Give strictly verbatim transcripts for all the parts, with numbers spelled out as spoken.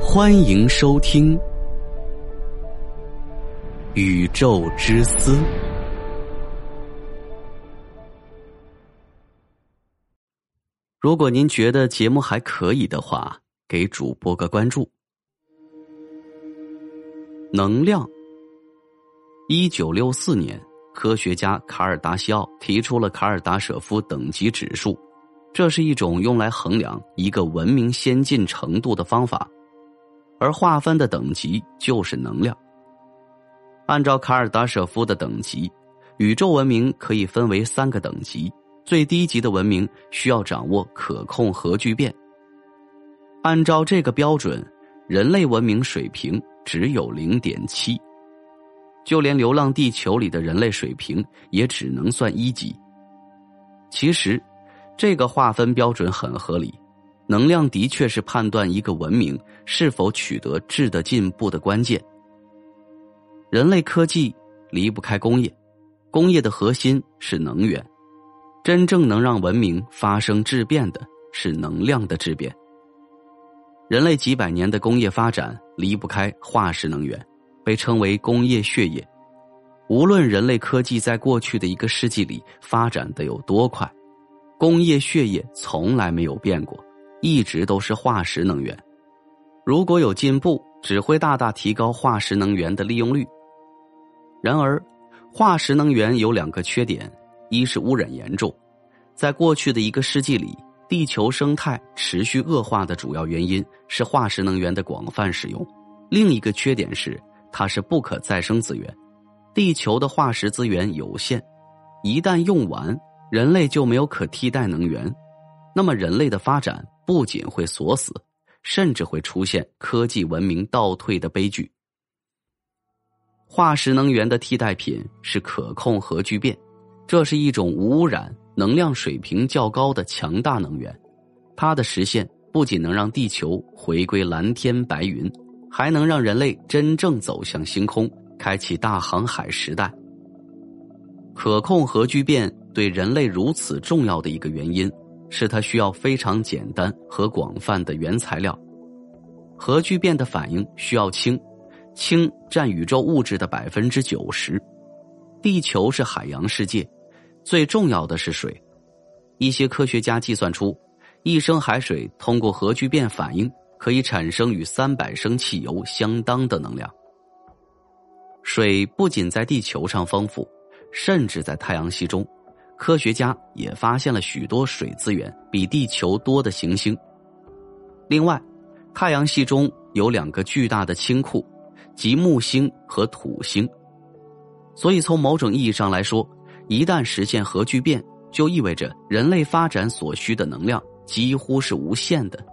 欢迎收听宇宙之思。如果您觉得节目还可以的话，给主播个关注。能量。一九六四年，科学家卡尔达西奥提出了卡尔达舍夫等级指数，这是一种用来衡量一个文明先进程度的方法，而划分的等级就是能量。按照卡尔达舍夫的等级，宇宙文明可以分为三个等级，最低级的文明需要掌握可控核聚变。按照这个标准，人类文明水平只有 零点七， 就连流浪地球里的人类水平也只能算一级。其实这个划分标准很合理，能量的确是判断一个文明是否取得质的进步的关键。人类科技离不开工业，工业的核心是能源，真正能让文明发生质变的是能量的质变。人类几百年的工业发展离不开化石能源，被称为工业血液。无论人类科技在过去的一个世纪里发展得有多快，工业血液从来没有变过，一直都是化石能源。如果有进步，只会大大提高化石能源的利用率。然而，化石能源有两个缺点，一是污染严重，在过去的一个世纪里，地球生态持续恶化的主要原因是化石能源的广泛使用。另一个缺点是，它是不可再生资源，地球的化石资源有限，一旦用完，人类就没有可替代能源，那么人类的发展不仅会锁死，甚至会出现科技文明倒退的悲剧。化石能源的替代品是可控核聚变，这是一种无污染、能量水平较高的强大能源。它的实现不仅能让地球回归蓝天白云，还能让人类真正走向星空，开启大航海时代。可控核聚变对人类如此重要的一个原因，是它需要非常简单和广泛的原材料。核聚变的反应需要氢，氢占宇宙物质的 百分之九十。 地球是海洋世界，最重要的是水。一些科学家计算出，一升海水通过核聚变反应可以产生与三百升汽油相当的能量。水不仅在地球上丰富，甚至在太阳系中，科学家也发现了许多水资源比地球多的行星。另外，太阳系中有两个巨大的氢库，即木星和土星。所以从某种意义上来说，一旦实现核聚变，就意味着人类发展所需的能量几乎是无限的。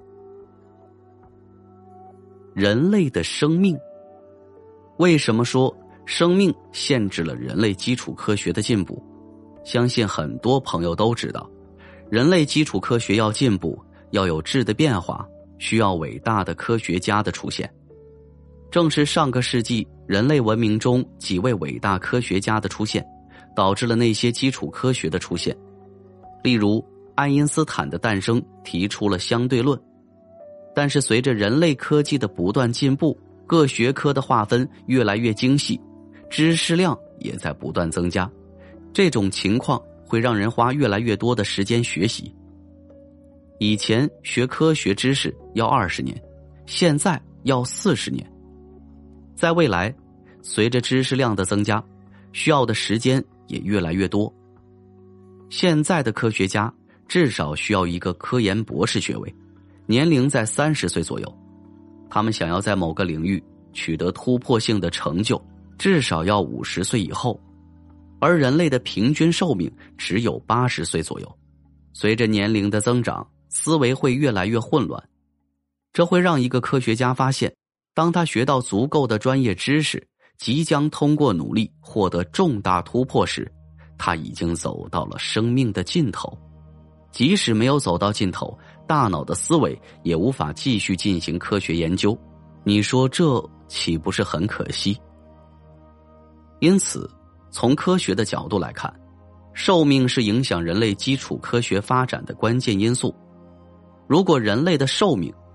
人类的生命。为什么说生命限制了人类基础科学的进步？相信很多朋友都知道，人类基础科学要进步，要有质的变化，需要伟大的科学家的出现。正是上个世纪人类文明中几位伟大科学家的出现，导致了那些基础科学的出现。例如，爱因斯坦的诞生提出了相对论。但是随着人类科技的不断进步，各学科的划分越来越精细，知识量也在不断增加。这种情况会让人花越来越多的时间学习。以前学科学知识要二十年，现在要四十年。在未来，随着知识量的增加，需要的时间也越来越多。现在的科学家至少需要一个科研博士学位，年龄在三十岁左右。他们想要在某个领域取得突破性的成就，至少要五十岁以后。而人类的平均寿命只有八十岁左右。随着年龄的增长，思维会越来越混乱。这会让一个科学家发现，当他学到足够的专业知识，即将通过努力获得重大突破时，他已经走到了生命的尽头。即使没有走到尽头，大脑的思维也无法继续进行科学研究。你说这岂不是很可惜？因此，从科学的角度来看，寿命是影响人类基础科学发展的关键因素。如果人类的寿命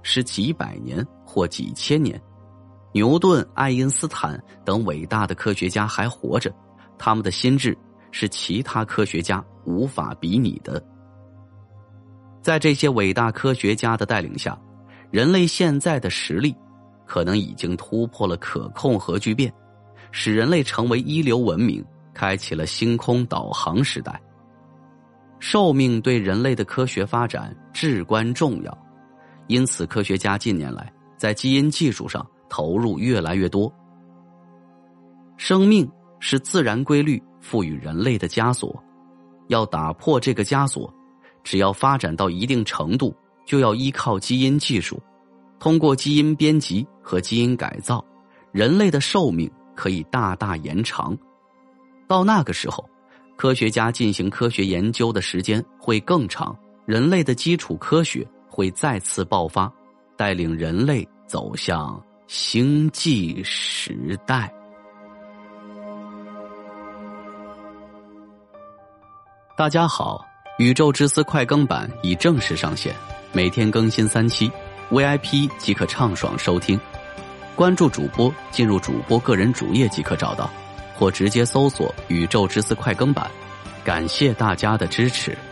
是几百年或几千年。牛顿、爱因斯坦等伟大的科学家还活着，他们的心智是其他科学家无法比拟的。在这些伟大科学家的带领下，人类现在的实力可能已经突破了可控核聚变，使人类成为一流文明，开启了星空导航时代。寿命对人类的科学发展至关重要，因此科学家近年来在基因技术上投入越来越多。生命是自然规律赋予人类的枷锁，要打破这个枷锁，只要发展到一定程度，就要依靠基因技术。通过基因编辑和基因改造，人类的寿命可以大大延长。到那个时候，科学家进行科学研究的时间会更长，人类的基础科学会再次爆发，带领人类走向星际时代。大家好，宇宙之思快更版已正式上线，每天更新三期 ，V I P 即可畅爽收听。关注主播，进入主播个人主页即可找到，或直接搜索宇宙之思快更版。感谢大家的支持。